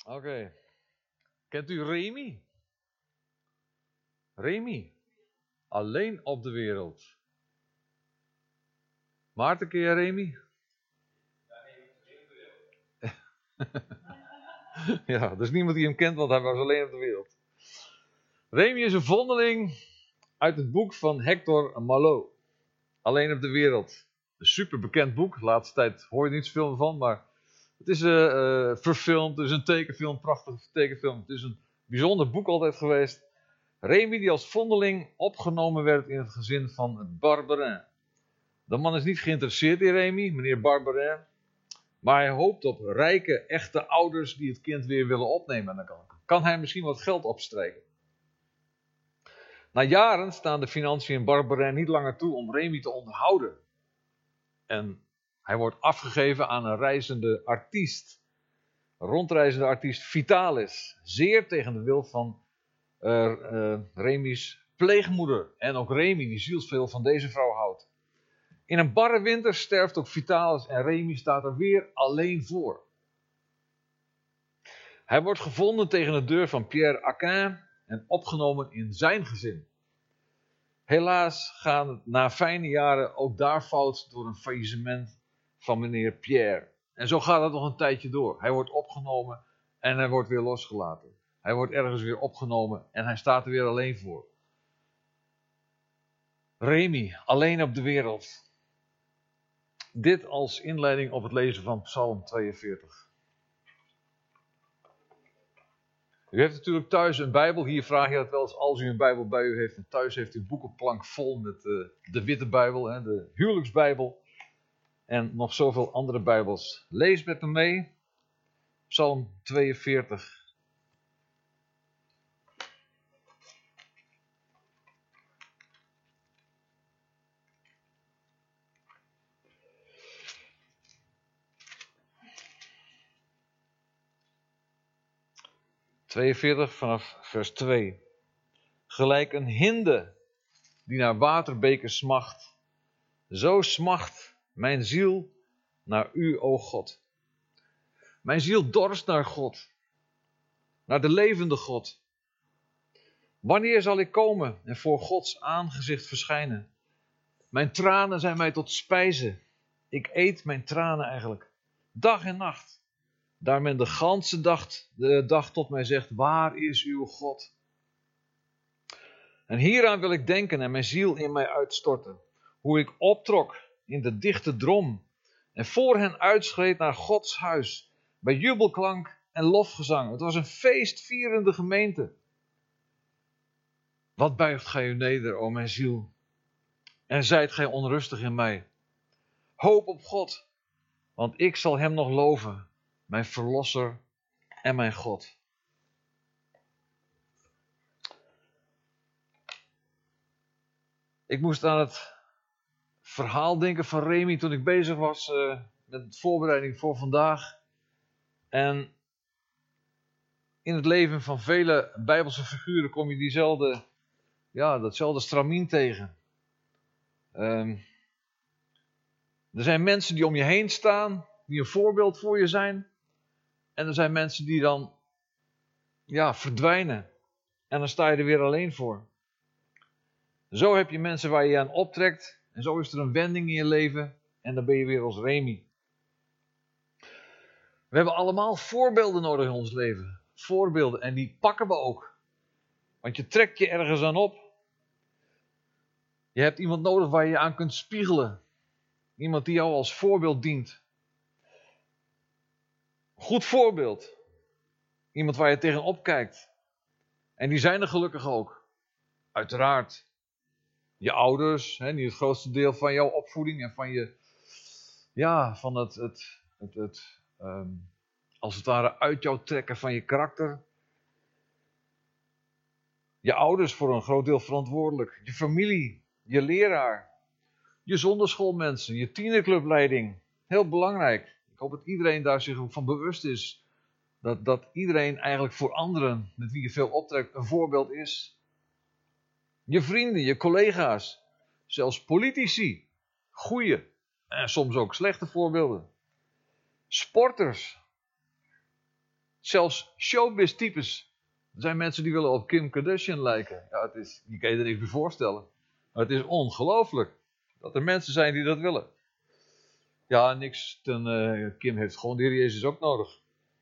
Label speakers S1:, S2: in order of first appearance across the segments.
S1: Oké. Kent u Remy? Remy. Alleen op de wereld. Maarten, ken je Remy? Ja, er is niemand die hem kent, want hij was alleen op de wereld. Remy is een vondeling uit het boek van Hector Malot. Alleen op de wereld. Een super bekend boek. De laatste tijd hoor je niet zoveel van, maar het is verfilmd. Het is een tekenfilm, prachtige tekenfilm. Het is een bijzonder boek altijd geweest. Remy die als vondeling opgenomen werd in het gezin van Barberin. De man is niet geïnteresseerd in Remy, meneer Barberin. Maar hij hoopt op rijke, echte ouders die het kind weer willen opnemen. En dan kan hij misschien wat geld opstrijken. Na jaren staan de financiën in Barberin niet langer toe om Remy te onderhouden. En hij wordt afgegeven aan een reizende artiest. Een rondreizende artiest Vitalis. Zeer tegen de wil van Remy's pleegmoeder. En ook Remy, die zielsveel van deze vrouw houdt. In een barre winter sterft ook Vitalis en Remy staat er weer alleen voor. Hij wordt gevonden tegen de deur van Pierre Aquin en opgenomen in zijn gezin. Helaas gaan het na fijne jaren ook daar fout door een faillissement van meneer Pierre. En zo gaat het nog een tijdje door. Hij wordt opgenomen en hij wordt weer losgelaten. Hij wordt ergens weer opgenomen en hij staat er weer alleen voor. Remy, alleen op de wereld. Dit als inleiding op het lezen van Psalm 42. U heeft natuurlijk thuis een Bijbel. Hier vraag je dat wel eens als u een Bijbel bij u heeft. En thuis heeft u een boekenplank vol met de witte Bijbel, de huwelijksbijbel. En nog zoveel andere Bijbels. Lees met me mee. Psalm 42. Vanaf vers 2. Gelijk een hinde die naar waterbeken smacht. Zo smacht mijn ziel naar u, o God. Mijn ziel dorst naar God. Naar de levende God. Wanneer zal ik komen en voor Gods aangezicht verschijnen? Mijn tranen zijn mij tot spijze. Ik eet mijn tranen eigenlijk. Dag en nacht. Daar men de ganse dag tot mij zegt, waar is uw God? En hieraan wil ik denken en mijn ziel in mij uitstorten. Hoe ik optrok in de dichte drom. En voor hen uitschreed naar Gods huis. Bij jubelklank en lofgezang. Het was een feestvierende gemeente. Wat buigt gij u neder, o mijn ziel? En zijt gij onrustig in mij? Hoop op God, want ik zal hem nog loven, mijn verlosser en mijn God. Ik moest aan het verhaal denken van Remy toen ik bezig was met de voorbereiding voor vandaag. En in het leven van vele Bijbelse figuren kom je datzelfde stramien tegen. Er zijn mensen die om je heen staan, die een voorbeeld voor je zijn. En er zijn mensen die dan verdwijnen. En dan sta je er weer alleen voor. Zo heb je mensen waar je aan optrekt. En zo is er een wending in je leven. En dan ben je weer als Remy. We hebben allemaal voorbeelden nodig in ons leven. Voorbeelden. En die pakken we ook. Want je trekt je ergens aan op. Je hebt iemand nodig waar je je aan kunt spiegelen. Iemand die jou als voorbeeld dient. Goed voorbeeld. Iemand waar je tegenop kijkt. En die zijn er gelukkig ook. Uiteraard. Je ouders, die het grootste deel van jouw opvoeding en van je, van het als het ware uit jou trekken van je karakter. Je ouders voor een groot deel verantwoordelijk. Je familie, je leraar, je zonderschoolmensen, je tienerclubleiding. Heel belangrijk. Ik hoop dat iedereen daar zich ook van bewust is. Dat iedereen eigenlijk voor anderen, met wie je veel optrekt, een voorbeeld is. Je vrienden, je collega's, zelfs politici, goede en soms ook slechte voorbeelden. Sporters, Zelfs showbiz-types. Er zijn mensen die willen op Kim Kardashian lijken. Ja, je kan je er niks bij voorstellen. Maar het is ongelooflijk dat er mensen zijn die dat willen. Ja, niks. Kim heeft gewoon de Heer Jezus ook nodig.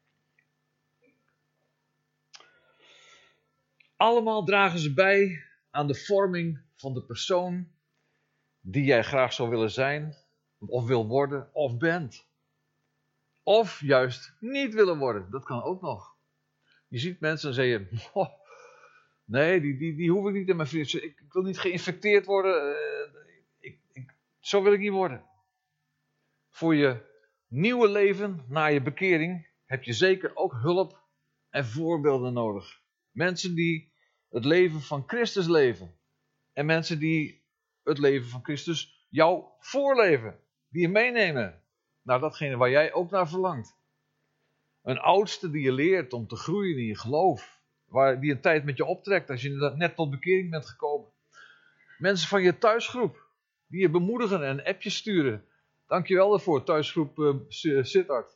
S1: Allemaal dragen ze bij aan de vorming van de persoon die jij graag zou willen zijn, of wil worden, of bent. Of juist niet willen worden, dat kan ook nog. Je ziet mensen en zeg je, nee, die hoef ik niet in mijn vrienden. Ik wil niet geïnfecteerd worden, zo wil ik niet worden. Voor je nieuwe leven, na je bekering, heb je zeker ook hulp en voorbeelden nodig. Mensen die het leven van Christus leven. En mensen die het leven van Christus jou voorleven. Die je meenemen naar datgene waar jij ook naar verlangt. Een oudste die je leert om te groeien in je geloof. Die een tijd met je optrekt als je net tot bekering bent gekomen. Mensen van je thuisgroep die je bemoedigen en appjes sturen. Dankjewel daarvoor, thuisgroep Sittard.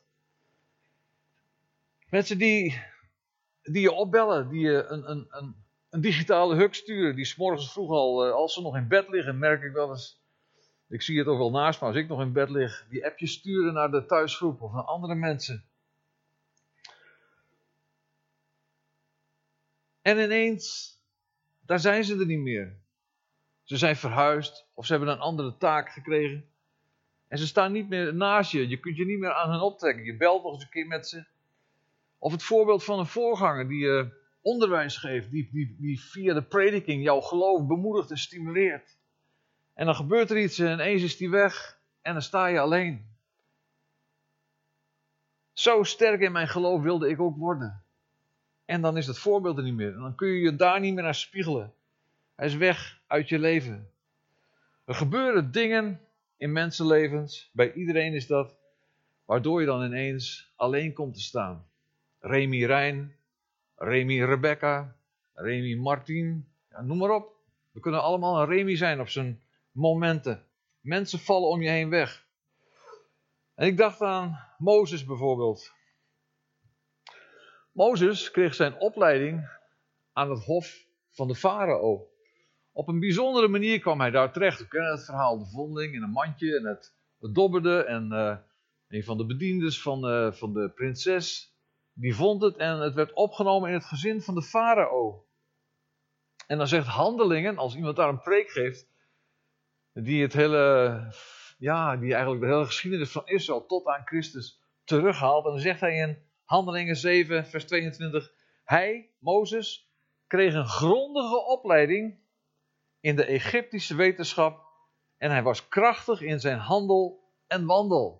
S1: Mensen die je opbellen, die je een digitale huk sturen. Die 's morgens vroeg al, als ze nog in bed liggen, merk ik wel eens. Ik zie het ook wel naast me als ik nog in bed lig. Die appjes sturen naar de thuisgroep of naar andere mensen. En ineens, daar zijn ze er niet meer. Ze zijn verhuisd of ze hebben een andere taak gekregen. En ze staan niet meer naast je. Je kunt je niet meer aan hen optrekken. Je belt nog eens een keer met ze. Of het voorbeeld van een voorganger die je onderwijs geeft. Die via de prediking jouw geloof bemoedigt en stimuleert. En dan gebeurt er iets en ineens is die weg. En dan sta je alleen. Zo sterk in mijn geloof wilde ik ook worden. En dan is dat voorbeeld er niet meer. En dan kun je je daar niet meer naar spiegelen. Hij is weg uit je leven. Er gebeuren dingen in mensenlevens. Bij iedereen is dat. Waardoor je dan ineens alleen komt te staan. Remy Rijn. Remy Rebecca. Remy Martin. Ja, noem maar op. We kunnen allemaal een Remy zijn op zijn momenten. Mensen vallen om je heen weg. En ik dacht aan Mozes bijvoorbeeld. Mozes kreeg zijn opleiding aan het hof van de farao. Op een bijzondere manier kwam hij daar terecht. We kennen het verhaal, de vondeling in een mandje en het dobberde. En een van de bediendes van de prinses, die vond het en het werd opgenomen in het gezin van de farao. En dan zegt Handelingen, als iemand daar een preek geeft, die eigenlijk de hele geschiedenis van Israël tot aan Christus terughaalt. En dan zegt hij in Handelingen 7, vers 22, hij, Mozes, kreeg een grondige opleiding in de Egyptische wetenschap en hij was krachtig in zijn handel en wandel.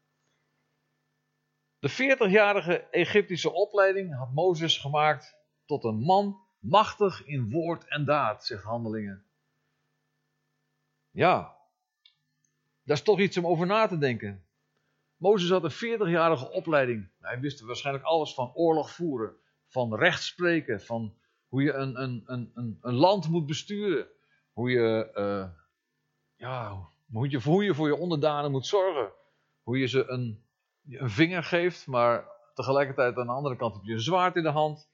S1: De 40-jarige Egyptische opleiding had Mozes gemaakt tot een man machtig in woord en daad, zegt Handelingen. Ja, dat is toch iets om over na te denken. Mozes had een 40-jarige opleiding. Hij wist waarschijnlijk alles van oorlog voeren, van rechtspreken, van hoe je een land moet besturen. Hoe je voor je onderdanen moet zorgen. Hoe je ze een vinger geeft, maar tegelijkertijd aan de andere kant heb je een zwaard in de hand.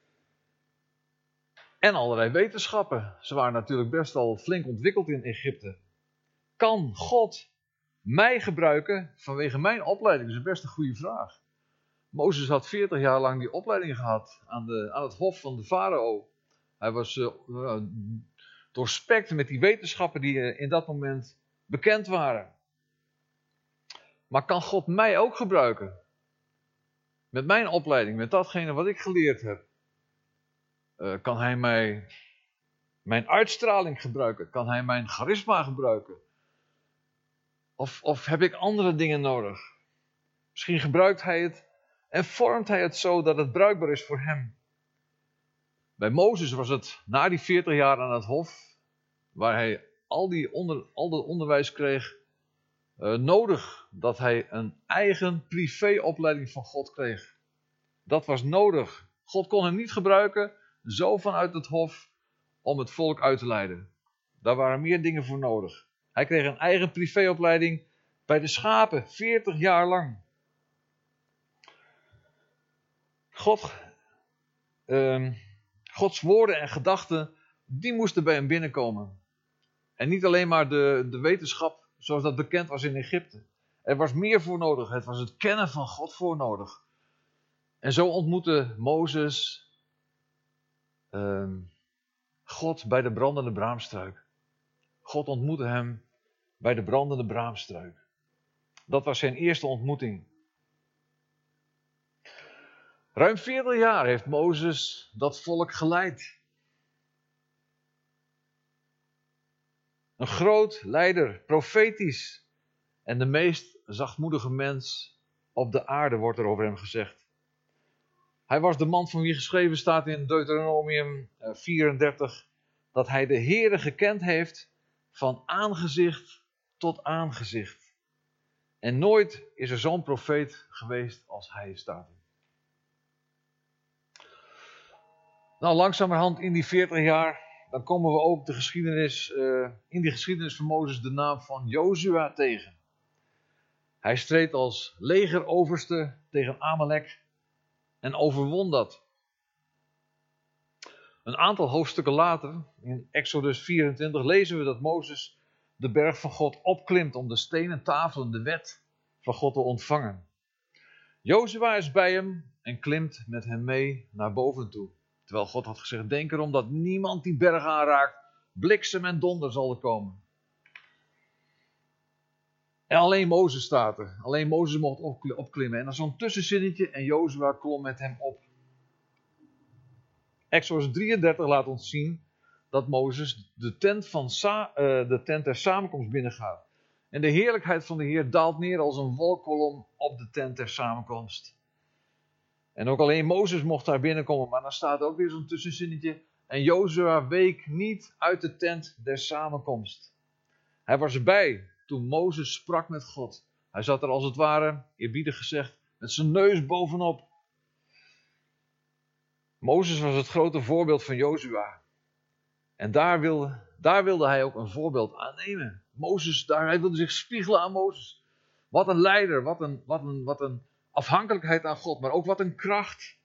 S1: En allerlei wetenschappen. Ze waren natuurlijk best wel flink ontwikkeld in Egypte. Kan God mij gebruiken vanwege mijn opleiding? Dat is best een goede vraag. Mozes had 40 jaar lang die opleiding gehad aan het hof van de farao. Hij was doorspekt met die wetenschappen die in dat moment bekend waren. Maar kan God mij ook gebruiken? Met mijn opleiding, met datgene wat ik geleerd heb. Kan hij mijn uitstraling gebruiken? Kan hij mijn charisma gebruiken? Of heb ik andere dingen nodig? Misschien gebruikt hij het en vormt hij het zo dat het bruikbaar is voor hem. Bij Mozes was het na die 40 jaar aan het hof, waar hij al dat onderwijs kreeg, nodig dat hij een eigen privéopleiding van God kreeg. Dat was nodig. God kon hem niet gebruiken, zo vanuit het hof, om het volk uit te leiden. Daar waren meer dingen voor nodig. Hij kreeg een eigen privéopleiding bij de schapen, 40 jaar lang. Gods woorden en gedachten, die moesten bij hem binnenkomen. En niet alleen maar de wetenschap zoals dat bekend was in Egypte. Er was meer voor nodig. Het was het kennen van God voor nodig. En zo ontmoette Mozes God bij de brandende braamstruik. God ontmoette hem bij de brandende braamstruik. Dat was zijn eerste ontmoeting. Ruim 40 jaar heeft Mozes dat volk geleid. Een groot leider, profetisch. En de meest zachtmoedige mens op de aarde, wordt er over hem gezegd. Hij was de man van wie geschreven staat in Deuteronomium 34... dat hij de Heere gekend heeft van aangezicht tot aangezicht. En nooit is er zo'n profeet geweest als hij, staat er. Nou, langzamerhand in die 40 jaar, dan komen we ook in de geschiedenis van Mozes de naam van Jozua tegen. Hij streed als legeroverste tegen Amalek en overwon dat. Een aantal hoofdstukken later, in Exodus 24, lezen we dat Mozes de berg van God opklimt om de stenen tafelen, de wet van God te ontvangen. Jozua is bij hem en klimt met hem mee naar boven toe. Terwijl God had gezegd, denk erom dat niemand die berg aanraakt, bliksem en donder zal er komen. En alleen Mozes staat er. Alleen Mozes mocht opklimmen. En dan zo'n tussenzinnetje en Jozua klom met hem op. Exodus 33 laat ons zien dat Mozes de tent der samenkomst binnengaat. En de heerlijkheid van de Heer daalt neer als een wolkkolom op de tent der samenkomst. En ook alleen Mozes mocht daar binnenkomen, maar dan staat ook weer zo'n tussenzinnetje. En Jozua week niet uit de tent der samenkomst. Hij was erbij toen Mozes sprak met God. Hij zat er als het ware, eerbiedig gezegd, met zijn neus bovenop. Mozes was het grote voorbeeld van Jozua. En daar wilde hij ook een voorbeeld aan nemen. Hij wilde zich spiegelen aan Mozes. Wat een leider, wat een afhankelijkheid aan God, maar ook wat een kracht.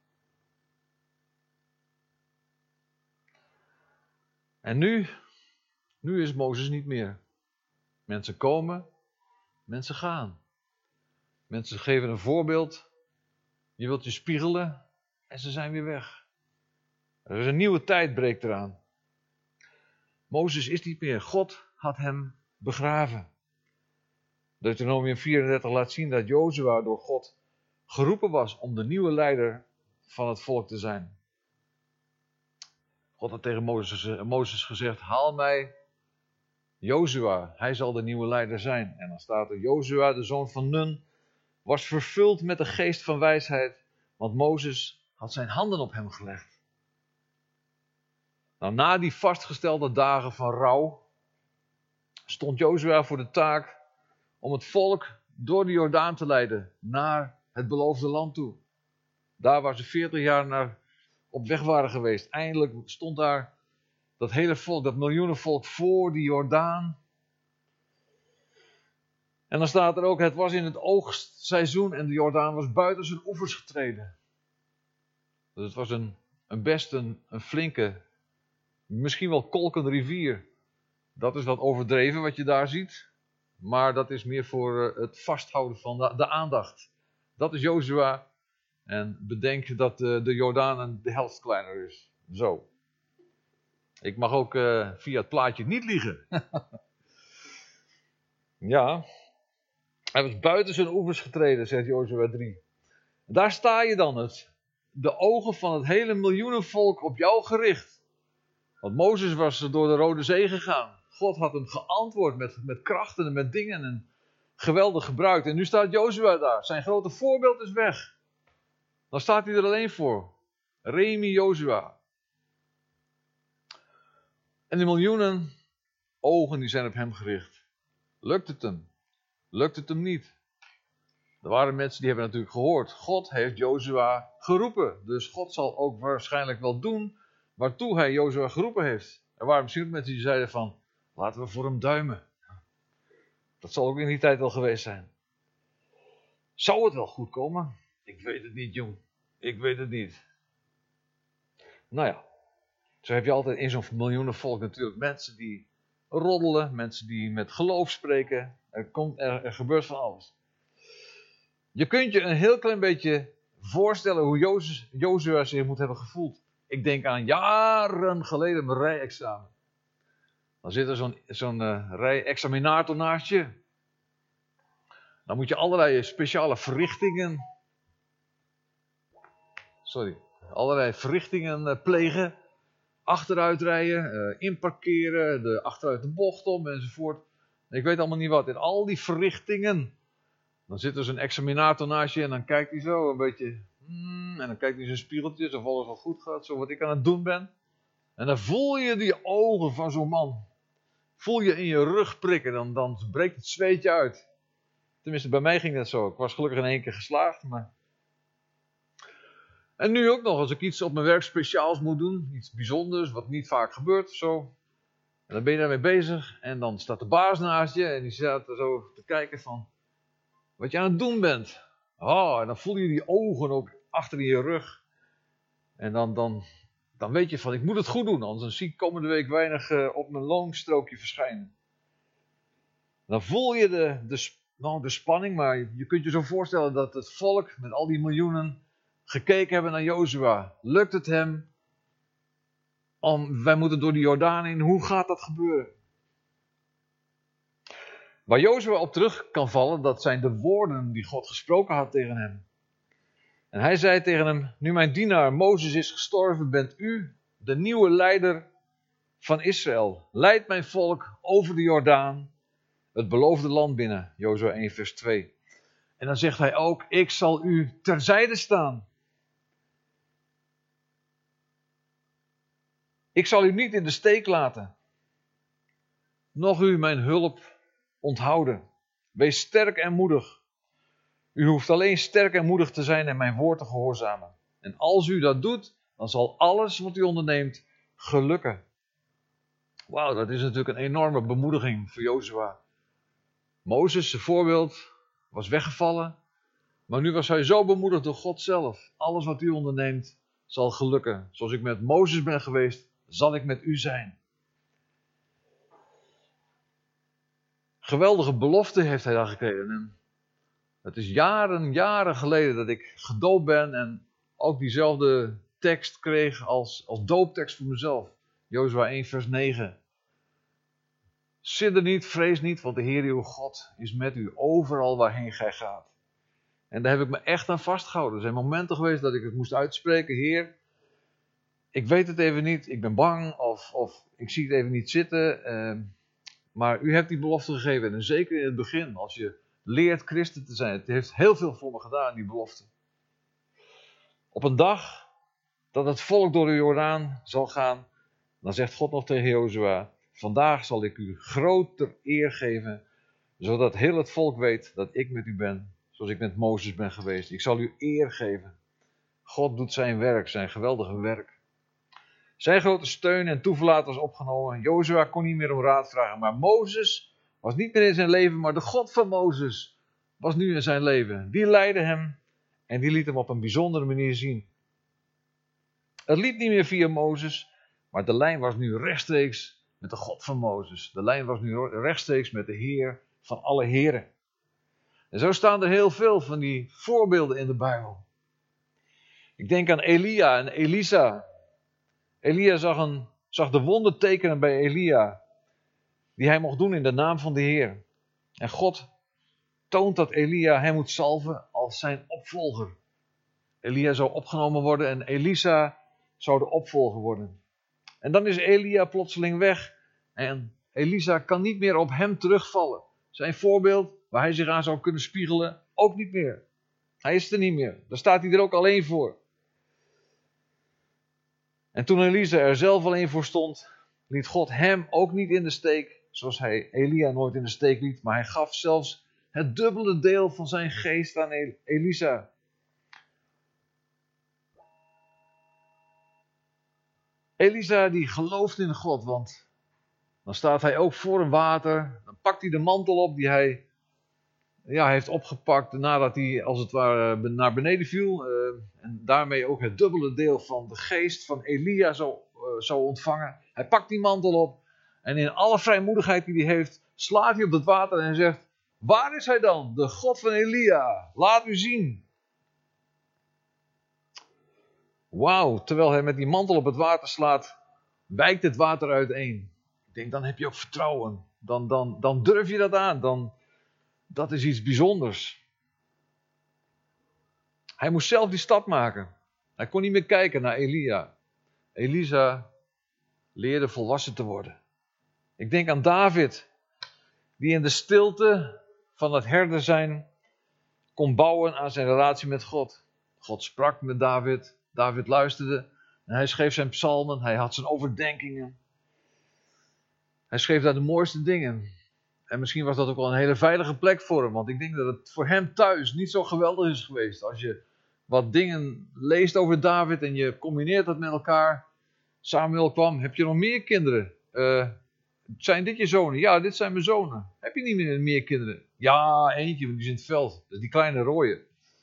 S1: En nu is Mozes niet meer. Mensen komen, mensen gaan. Mensen geven een voorbeeld. Je wilt je spiegelen en ze zijn weer weg. Er is een nieuwe tijd breekt eraan. Mozes is niet meer. God had hem begraven. Deuteronomium 34 laat zien dat Jozua door God geroepen was om de nieuwe leider van het volk te zijn. God had tegen Mozes gezegd, haal mij Jozua, hij zal de nieuwe leider zijn. En dan staat er, Jozua, de zoon van Nun, was vervuld met de geest van wijsheid, want Mozes had zijn handen op hem gelegd. Nou, na die vastgestelde dagen van rouw, stond Jozua voor de taak om het volk door de Jordaan te leiden naar het beloofde land toe. Daar waar ze 40 jaar op weg waren geweest. Eindelijk stond daar dat hele volk, dat miljoenenvolk voor die Jordaan. En dan staat er ook, het was in het oogstseizoen en de Jordaan was buiten zijn oevers getreden. Dus het was een flinke, misschien wel kolkende rivier. Dat is wat overdreven wat je daar ziet. Maar dat is meer voor het vasthouden van de aandacht. Dat is Jozua. En bedenk dat de Jordaan de helft kleiner is. Zo. Ik mag ook via het plaatje niet liegen. Ja. Hij was buiten zijn oevers getreden, zegt Jozua 3. Daar sta je dan. De ogen van het hele miljoenenvolk op jou gericht. Want Mozes was door de Rode Zee gegaan. God had hem geantwoord met krachten en met dingen en geweldig gebruikt. En nu staat Jozua daar. Zijn grote voorbeeld is weg. Dan staat hij er alleen voor. Remi Jozua. En die miljoenen ogen die zijn op hem gericht. Lukt het hem? Lukt het hem niet? Er waren mensen die hebben natuurlijk gehoord. God heeft Jozua geroepen. Dus God zal ook waarschijnlijk wel doen waartoe hij Jozua geroepen heeft. Er waren misschien ook mensen die zeiden van, laten we voor hem duimen. Dat zal ook in die tijd wel geweest zijn. Zou het wel goed komen? Ik weet het niet, jong. Ik weet het niet. Nou ja, zo heb je altijd in zo'n miljoenenvolk natuurlijk mensen die roddelen, mensen die met geloof spreken. Er gebeurt van alles. Je kunt je een heel klein beetje voorstellen hoe Jozua zich moet hebben gevoeld. Ik denk aan jaren geleden mijn rijexamen. Dan zit er zo'n rijexaminator naast je. Dan moet je allerlei speciale verrichtingen plegen. Achteruit rijden, inparkeren, achteruit de bocht om enzovoort. Ik weet allemaal niet wat. In al die verrichtingen. Dan zit er zo'n examinator naast je en dan kijkt hij zo een beetje. En dan kijkt hij zijn spiegeltjes of alles wel goed gaat, zo wat ik aan het doen ben. En dan voel je die ogen van zo'n man. Voel je in je rug prikken, dan breekt het zweetje uit. Tenminste, bij mij ging dat zo. Ik was gelukkig in 1 keer geslaagd, maar... En nu ook nog, als ik iets op mijn werk speciaals moet doen, iets bijzonders, wat niet vaak gebeurt, zo. En dan ben je daarmee bezig en dan staat de baas naast je en die staat er zo te kijken van wat je aan het doen bent. Oh, en dan voel je die ogen ook achter in je rug. En dan weet je van, ik moet het goed doen, anders zie ik komende week weinig op mijn loonstrookje verschijnen. Dan voel je de spanning, maar je kunt je zo voorstellen dat het volk met al die miljoenen gekeken hebben naar Jozua. Lukt het hem? Wij moeten door de Jordaan in. Hoe gaat dat gebeuren? Waar Jozua op terug kan vallen, dat zijn de woorden die God gesproken had tegen hem. En hij zei tegen hem, nu mijn dienaar Mozes is gestorven, bent u de nieuwe leider van Israël. Leid mijn volk over de Jordaan, het beloofde land binnen. Jozua 1 vers 2. En dan zegt hij ook, ik zal u terzijde staan. Ik zal u niet in de steek laten, noch u mijn hulp onthouden. Wees sterk en moedig. U hoeft alleen sterk en moedig te zijn en mijn woord te gehoorzamen. En als u dat doet, dan zal alles wat u onderneemt gelukken. Wauw, dat is natuurlijk een enorme bemoediging voor Jozua. Mozes, zijn voorbeeld, was weggevallen. Maar nu was hij zo bemoedigd door God zelf. Alles wat u onderneemt zal gelukken. Zoals ik met Mozes ben geweest, zal ik met u zijn. Geweldige belofte heeft hij dan gekregen. En het is jaren geleden dat ik gedoopt ben en ook diezelfde tekst kreeg als dooptekst voor mezelf. Jozua 1 vers 9. Sidder niet, vrees niet, want de Heer uw God is met u overal waarheen gij gaat. En daar heb ik me echt aan vastgehouden. Er zijn momenten geweest dat ik het moest uitspreken. Heer, ik weet het even niet, ik ben bang of ik zie het even niet zitten. Maar u hebt die belofte gegeven. En zeker in het begin, als je leert christen te zijn. Het heeft heel veel voor me gedaan, die belofte. Op een dag dat het volk door de Jordaan zal gaan, dan zegt God nog tegen Jozua, vandaag zal ik u groter eer geven, zodat heel het volk weet dat ik met u ben, zoals ik met Mozes ben geweest. Ik zal u eer geven. God doet zijn werk, zijn geweldige werk. Zijn grote steun en toeverlaat was opgenomen. Jozua kon niet meer om raad vragen, maar Mozes was niet meer in zijn leven, maar de God van Mozes was nu in zijn leven. Die leidde hem en die liet hem op een bijzondere manier zien. Het liep niet meer via Mozes, maar de lijn was nu rechtstreeks met de God van Mozes. De lijn was nu rechtstreeks met de Heer van alle heren. En zo staan er heel veel van die voorbeelden in de Bijbel. Ik denk aan Elia en Elisa. Elia zag de wondertekenen bij Elia, die hij mocht doen in de naam van de Heer. En God toont dat Elia hem moet salven als zijn opvolger. Elia zou opgenomen worden en Elisa zou de opvolger worden. En dan is Elia plotseling weg en Elisa kan niet meer op hem terugvallen. Zijn voorbeeld, waar hij zich aan zou kunnen spiegelen, ook niet meer. Hij is er niet meer. Daar staat hij er ook alleen voor. En toen Elisa er zelf alleen voor stond, liet God hem ook niet in de steek, zoals hij Elia nooit in de steek liet, maar hij gaf zelfs het dubbele deel van zijn geest aan Elisa. Elisa die gelooft in God, want dan staat hij ook voor een water, dan pakt hij de mantel op die hij heeft opgepakt nadat hij als het ware naar beneden viel. en daarmee ook het dubbele deel van de geest van Elia zou ontvangen. Hij pakt die mantel op en in alle vrijmoedigheid die hij heeft, slaat hij op het water en zegt: waar is hij dan, de God van Elia? Laat u zien. Wauw, terwijl hij met die mantel op het water slaat, wijkt het water uiteen. Ik denk, dan heb je ook vertrouwen. Dan durf je dat aan. Dat is iets bijzonders. Hij moest zelf die stap maken. Hij kon niet meer kijken naar Elia. Elisa leerde volwassen te worden. Ik denk aan David, die in de stilte van het herder zijn kon bouwen aan zijn relatie met God. God sprak met David. David luisterde en hij schreef zijn psalmen. Hij had zijn overdenkingen. Hij schreef daar de mooiste dingen. En misschien was dat ook wel een hele veilige plek voor hem. Want ik denk dat het voor hem thuis niet zo geweldig is geweest. Als je wat dingen leest over David en je combineert dat met elkaar. Samuel kwam, heb je nog meer kinderen? Zijn dit je zonen? Ja, dit zijn mijn zonen. Heb je niet meer kinderen? Ja, eentje, want die is in het veld. Dat is die kleine rooie.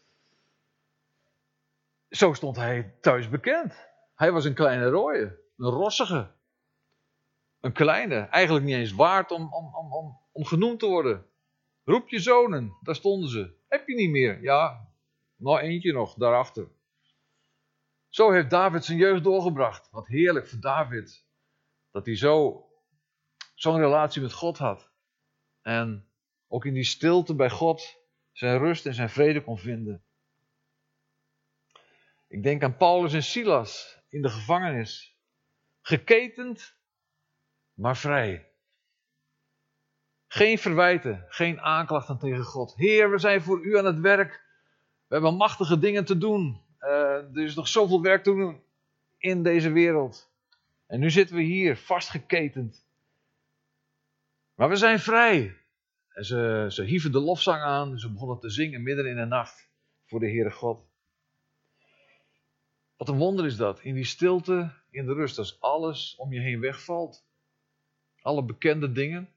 S1: Zo stond hij thuis bekend. Hij was een kleine rooie. Een rossige. Een kleine. Eigenlijk niet eens waard om genoemd te worden. Roep je zonen. Daar stonden ze. Heb je niet meer? Ja, nog eentje nog, daarachter. Zo heeft David zijn jeugd doorgebracht. Wat heerlijk voor David. Dat hij zo'n relatie met God had. En ook in die stilte bij God zijn rust en zijn vrede kon vinden. Ik denk aan Paulus en Silas in de gevangenis. Geketend, maar vrij. Geen verwijten, geen aanklachten tegen God. Heer, we zijn voor u aan het werk. We hebben machtige dingen te doen. Er is nog zoveel werk te doen in deze wereld. En nu zitten we hier, vastgeketend. Maar we zijn vrij. En ze hieven de lofzang aan. En ze begonnen te zingen midden in de nacht voor de Heere God. Wat een wonder is dat. In die stilte, in de rust. Als alles om je heen wegvalt. Alle bekende dingen.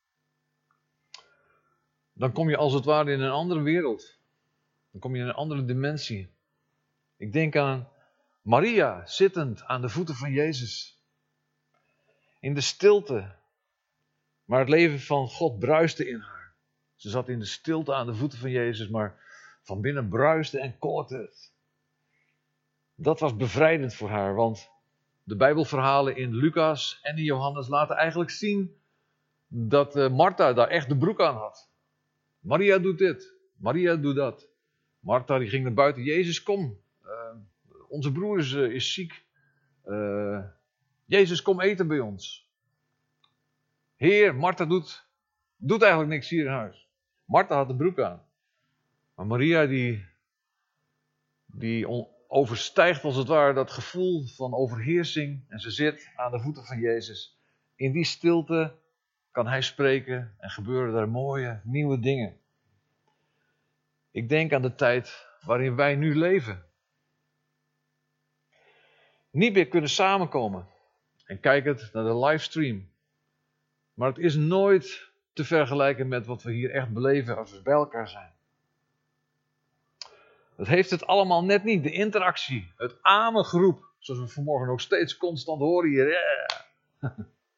S1: Dan kom je als het ware in een andere wereld. Dan kom je in een andere dimensie. Ik denk aan Maria zittend aan de voeten van Jezus. In de stilte. Maar het leven van God bruiste in haar. Ze zat in de stilte aan de voeten van Jezus, maar van binnen bruiste en kolkte het. Dat was bevrijdend voor haar, want de Bijbelverhalen in Lucas en in Johannes laten eigenlijk zien dat Martha daar echt de broek aan had. Maria doet dit, Maria doet dat. Martha die ging naar buiten. Jezus, kom. Onze broer is ziek. Jezus, kom eten bij ons. Heer, Martha doet eigenlijk niks hier in huis. Martha had de broek aan. Maar Maria die overstijgt als het ware dat gevoel van overheersing. En ze zit aan de voeten van Jezus. In die stilte kan hij spreken en gebeuren daar mooie, nieuwe dingen. Ik denk aan de tijd waarin wij nu leven. Niet meer kunnen samenkomen. En kijk het naar de livestream. Maar het is nooit te vergelijken met wat we hier echt beleven als we bij elkaar zijn. Het heeft het allemaal net niet. De interactie, het amengeroep, zoals we vanmorgen ook steeds constant horen hier. Yeah.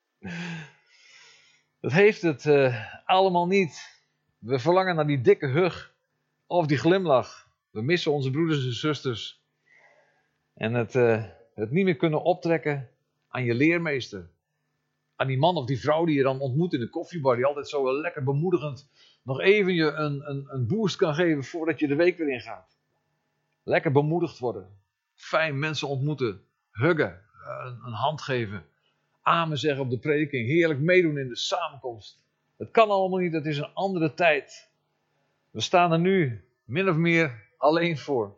S1: Het heeft het allemaal niet. We verlangen naar die dikke hug of die glimlach. We missen onze broeders en zusters. En het niet meer kunnen optrekken aan je leermeester. Aan die man of die vrouw die je dan ontmoet in de koffiebar. Die altijd zo lekker bemoedigend nog even je een boost kan geven voordat je de week weer ingaat. Lekker bemoedigd worden. Fijn mensen ontmoeten. Huggen. Een hand geven. Amen zeggen op de prediking. Heerlijk meedoen in de samenkomst. Het kan allemaal niet. Het is een andere tijd. We staan er nu min of meer alleen voor.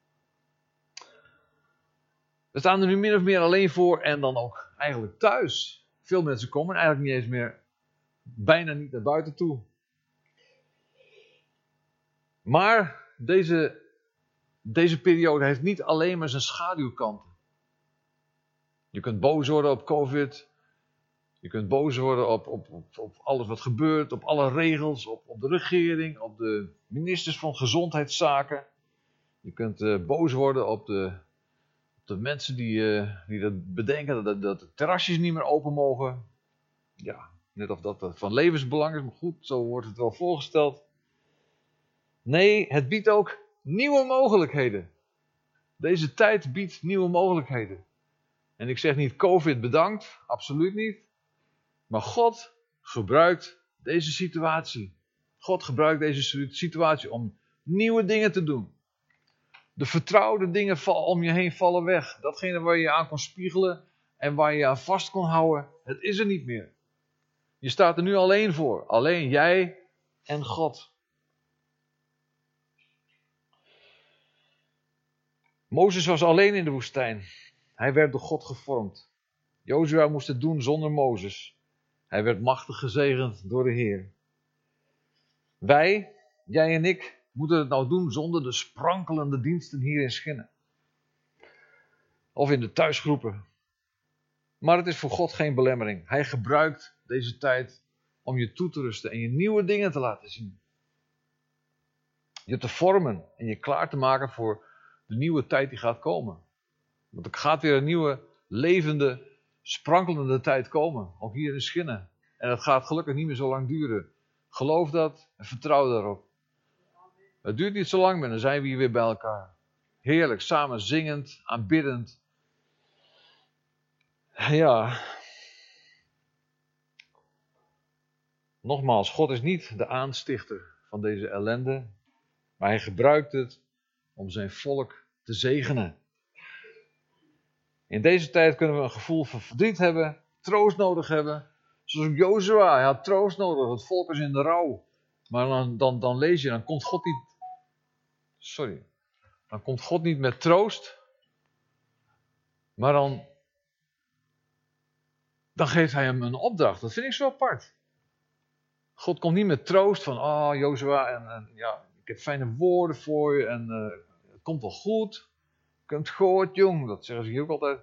S1: We staan er nu min of meer alleen voor en dan ook eigenlijk thuis. Veel mensen komen eigenlijk niet eens meer, bijna niet naar buiten toe. Maar deze periode heeft niet alleen maar zijn schaduwkanten. Je kunt boos worden op COVID. Je kunt boos worden op alles wat gebeurt, op alle regels, op de regering, op de ministers van gezondheidszaken. Je kunt boos worden op de mensen die dat bedenken dat de terrasjes niet meer open mogen. Ja, net of dat van levensbelang is, maar goed, zo wordt het wel voorgesteld. Nee, het biedt ook nieuwe mogelijkheden. Deze tijd biedt nieuwe mogelijkheden. En ik zeg niet COVID bedankt, absoluut niet. Maar God gebruikt deze situatie. God gebruikt deze situatie om nieuwe dingen te doen. De vertrouwde dingen om je heen vallen weg. Datgene waar je je aan kon spiegelen en waar je je aan vast kon houden, het is er niet meer. Je staat er nu alleen voor. Alleen jij en God. Mozes was alleen in de woestijn. Hij werd door God gevormd. Jozua moest het doen zonder Mozes. Hij werd machtig gezegend door de Heer. Wij, jij en ik, moeten het nou doen zonder de sprankelende diensten hier in Schinnen. Of in de thuisgroepen. Maar het is voor God geen belemmering. Hij gebruikt deze tijd om je toe te rusten en je nieuwe dingen te laten zien. Je te vormen en je klaar te maken voor de nieuwe tijd die gaat komen. Want er gaat weer een nieuwe, levende, sprankelende tijd komen. Ook hier in Schinnen. En dat gaat gelukkig niet meer zo lang duren. Geloof dat en vertrouw daarop. Het duurt niet zo lang meer, dan zijn we hier weer bij elkaar. Heerlijk, samen zingend, aanbiddend. Ja. Nogmaals, God is niet de aanstichter van deze ellende. Maar hij gebruikt het om zijn volk te zegenen. In deze tijd kunnen we een gevoel van verdriet hebben, troost nodig hebben. Zoals Jozua, hij had troost nodig, het volk is in de rouw. Maar dan lees je, dan komt God niet... Dan komt God niet met troost. Maar dan geeft hij hem een opdracht. Dat vind ik zo apart. God komt niet met troost van, Jozua, en ja, ik heb fijne woorden voor je en het komt wel goed. Je kunt goed, jong, dat zeggen ze hier ook altijd.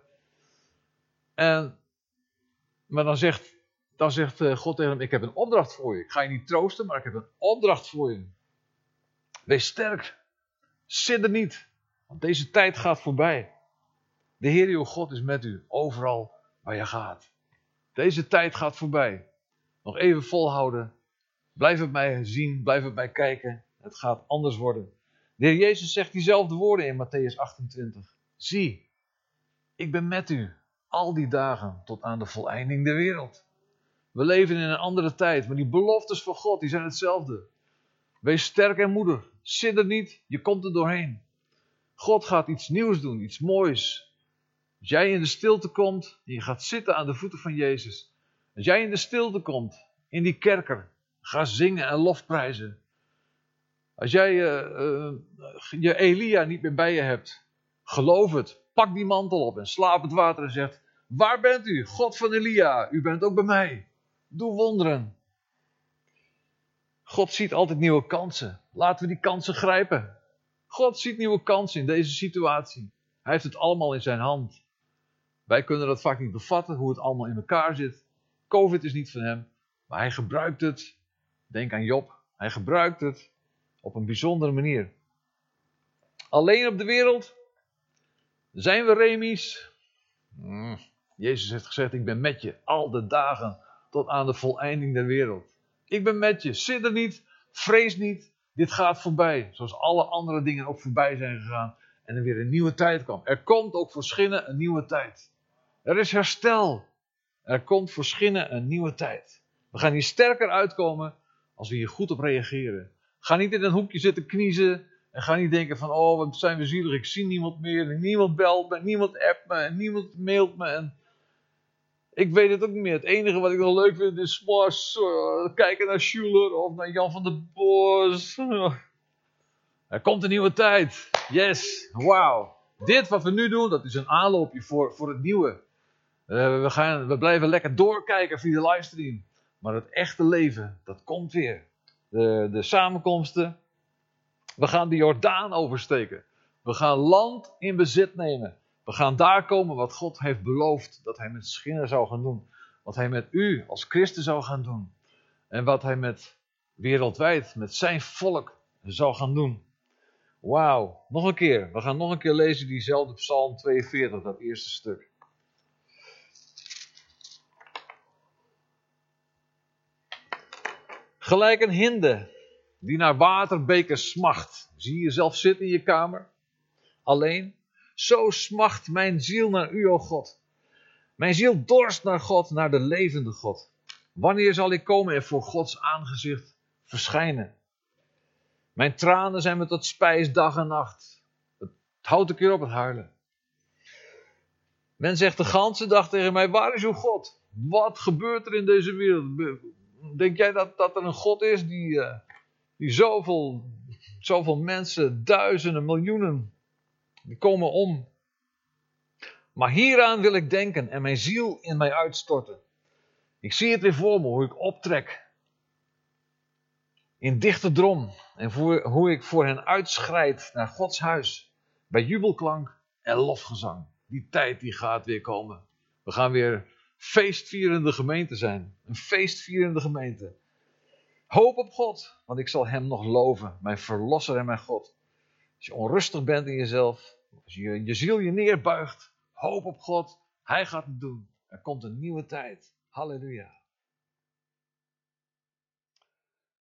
S1: Maar dan zegt God tegen hem, ik heb een opdracht voor je. Ik ga je niet troosten, maar ik heb een opdracht voor je. Wees sterk. Sidder niet, want deze tijd gaat voorbij. De Heer uw God is met u, overal waar je gaat. Deze tijd gaat voorbij. Nog even volhouden. Blijf het mij zien, blijf het mij kijken. Het gaat anders worden. De Heer Jezus zegt diezelfde woorden in Mattheüs 28. Zie, ik ben met u al die dagen tot aan de voleinding der wereld. We leven in een andere tijd, maar die beloftes van God die zijn hetzelfde. Wees sterk en moedig. Sidder niet, je komt er doorheen. God gaat iets nieuws doen, iets moois. Als jij in de stilte komt en je gaat zitten aan de voeten van Jezus. Als jij in de stilte komt, in die kerker, ga zingen en lofprijzen. Als jij je Elia niet meer bij je hebt, geloof het. Pak die mantel op en sla op het water en zegt, waar bent u, God van Elia? U bent ook bij mij. Doe wonderen. God ziet altijd nieuwe kansen. Laten we die kansen grijpen. God ziet nieuwe kansen in deze situatie. Hij heeft het allemaal in zijn hand. Wij kunnen dat vaak niet bevatten, hoe het allemaal in elkaar zit. COVID is niet van hem, maar hij gebruikt het. Denk aan Job. Hij gebruikt het op een bijzondere manier. Alleen op de wereld zijn we remies. Jezus heeft gezegd, ik ben met je al de dagen tot aan de voleinding der wereld. Ik ben met je, sidder niet, vrees niet, dit gaat voorbij. Zoals alle andere dingen ook voorbij zijn gegaan en er weer een nieuwe tijd kwam. Er komt ook voor Schinnen een nieuwe tijd. Er is herstel. Er komt voor Schinnen een nieuwe tijd. We gaan hier sterker uitkomen als we hier goed op reageren. Ga niet in een hoekje zitten kniezen en ga niet denken van, wat zijn we zielig, ik zie niemand meer, niemand belt me, niemand appt me en niemand mailt me en ik weet het ook niet meer. Het enige wat ik nog leuk vind is kijken naar Schuler of naar Jan van der Bos. Er komt een nieuwe tijd. Yes, wauw. Dit wat we nu doen, dat is een aanloopje voor het nieuwe. We blijven lekker doorkijken via de livestream. Maar het echte leven, dat komt weer. De samenkomsten. We gaan de Jordaan oversteken. We gaan land in bezit nemen. We gaan daar komen wat God heeft beloofd dat hij met Schinnen zou gaan doen. Wat hij met u als christen zou gaan doen. En wat hij met wereldwijd, met zijn volk zou gaan doen. Wauw, nog een keer. We gaan nog een keer lezen diezelfde Psalm 42, dat eerste stuk. Gelijk een hinde die naar waterbekers smacht. Zie je jezelf zitten in je kamer? Alleen? Zo smacht mijn ziel naar u, o God. Mijn ziel dorst naar God, naar de levende God. Wanneer zal ik komen en voor Gods aangezicht verschijnen? Mijn tranen zijn me tot spijs dag en nacht. Het houdt een keer op het huilen. Men zegt de ganse dag tegen mij, waar is uw God? Wat gebeurt er in deze wereld? Denk jij dat er een God is die zoveel mensen, duizenden, miljoenen, die komen om? Maar hieraan wil ik denken en mijn ziel in mij uitstorten. Ik zie het weer voor me, hoe ik optrek. In dichte drom. En hoe ik voor hen uitschrijd naar Gods huis. Bij jubelklank en lofgezang. Die tijd die gaat weer komen. We gaan weer feestvierende gemeente zijn. Een feestvierende gemeente. Hoop op God, want ik zal hem nog loven. Mijn verlosser en mijn God. Als je onrustig bent in jezelf. Als je ziel je neerbuigt. Hoop op God. Hij gaat het doen. Er komt een nieuwe tijd. Halleluja.